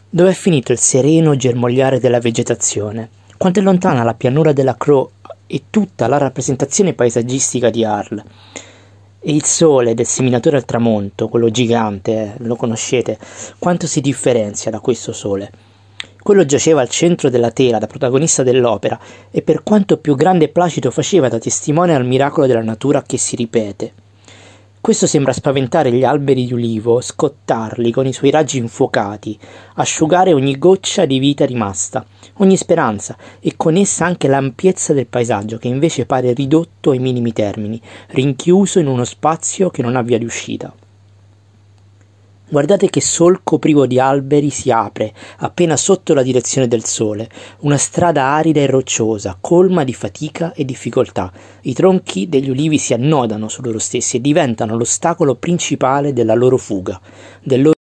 Dove è finito il sereno germogliare della vegetazione? Quanto è lontana la pianura della Croix e tutta la rappresentazione paesaggistica di Arles? E il sole del seminatore al tramonto, quello gigante, lo conoscete? Quanto si differenzia da questo sole? Quello giaceva al centro della tela, da protagonista dell'opera, e per quanto più grande e placido faceva da testimone al miracolo della natura che si ripete. Questo sembra spaventare gli alberi di ulivo, scottarli con i suoi raggi infuocati, asciugare ogni goccia di vita rimasta, ogni speranza, e con essa anche l'ampiezza del paesaggio, che invece pare ridotto ai minimi termini, rinchiuso in uno spazio che non ha via di uscita. Guardate che solco privo di alberi si apre, appena sotto la direzione del sole, una strada arida e rocciosa, colma di fatica e difficoltà. I tronchi degli ulivi si annodano su loro stessi e diventano l'ostacolo principale della loro fuga, del loro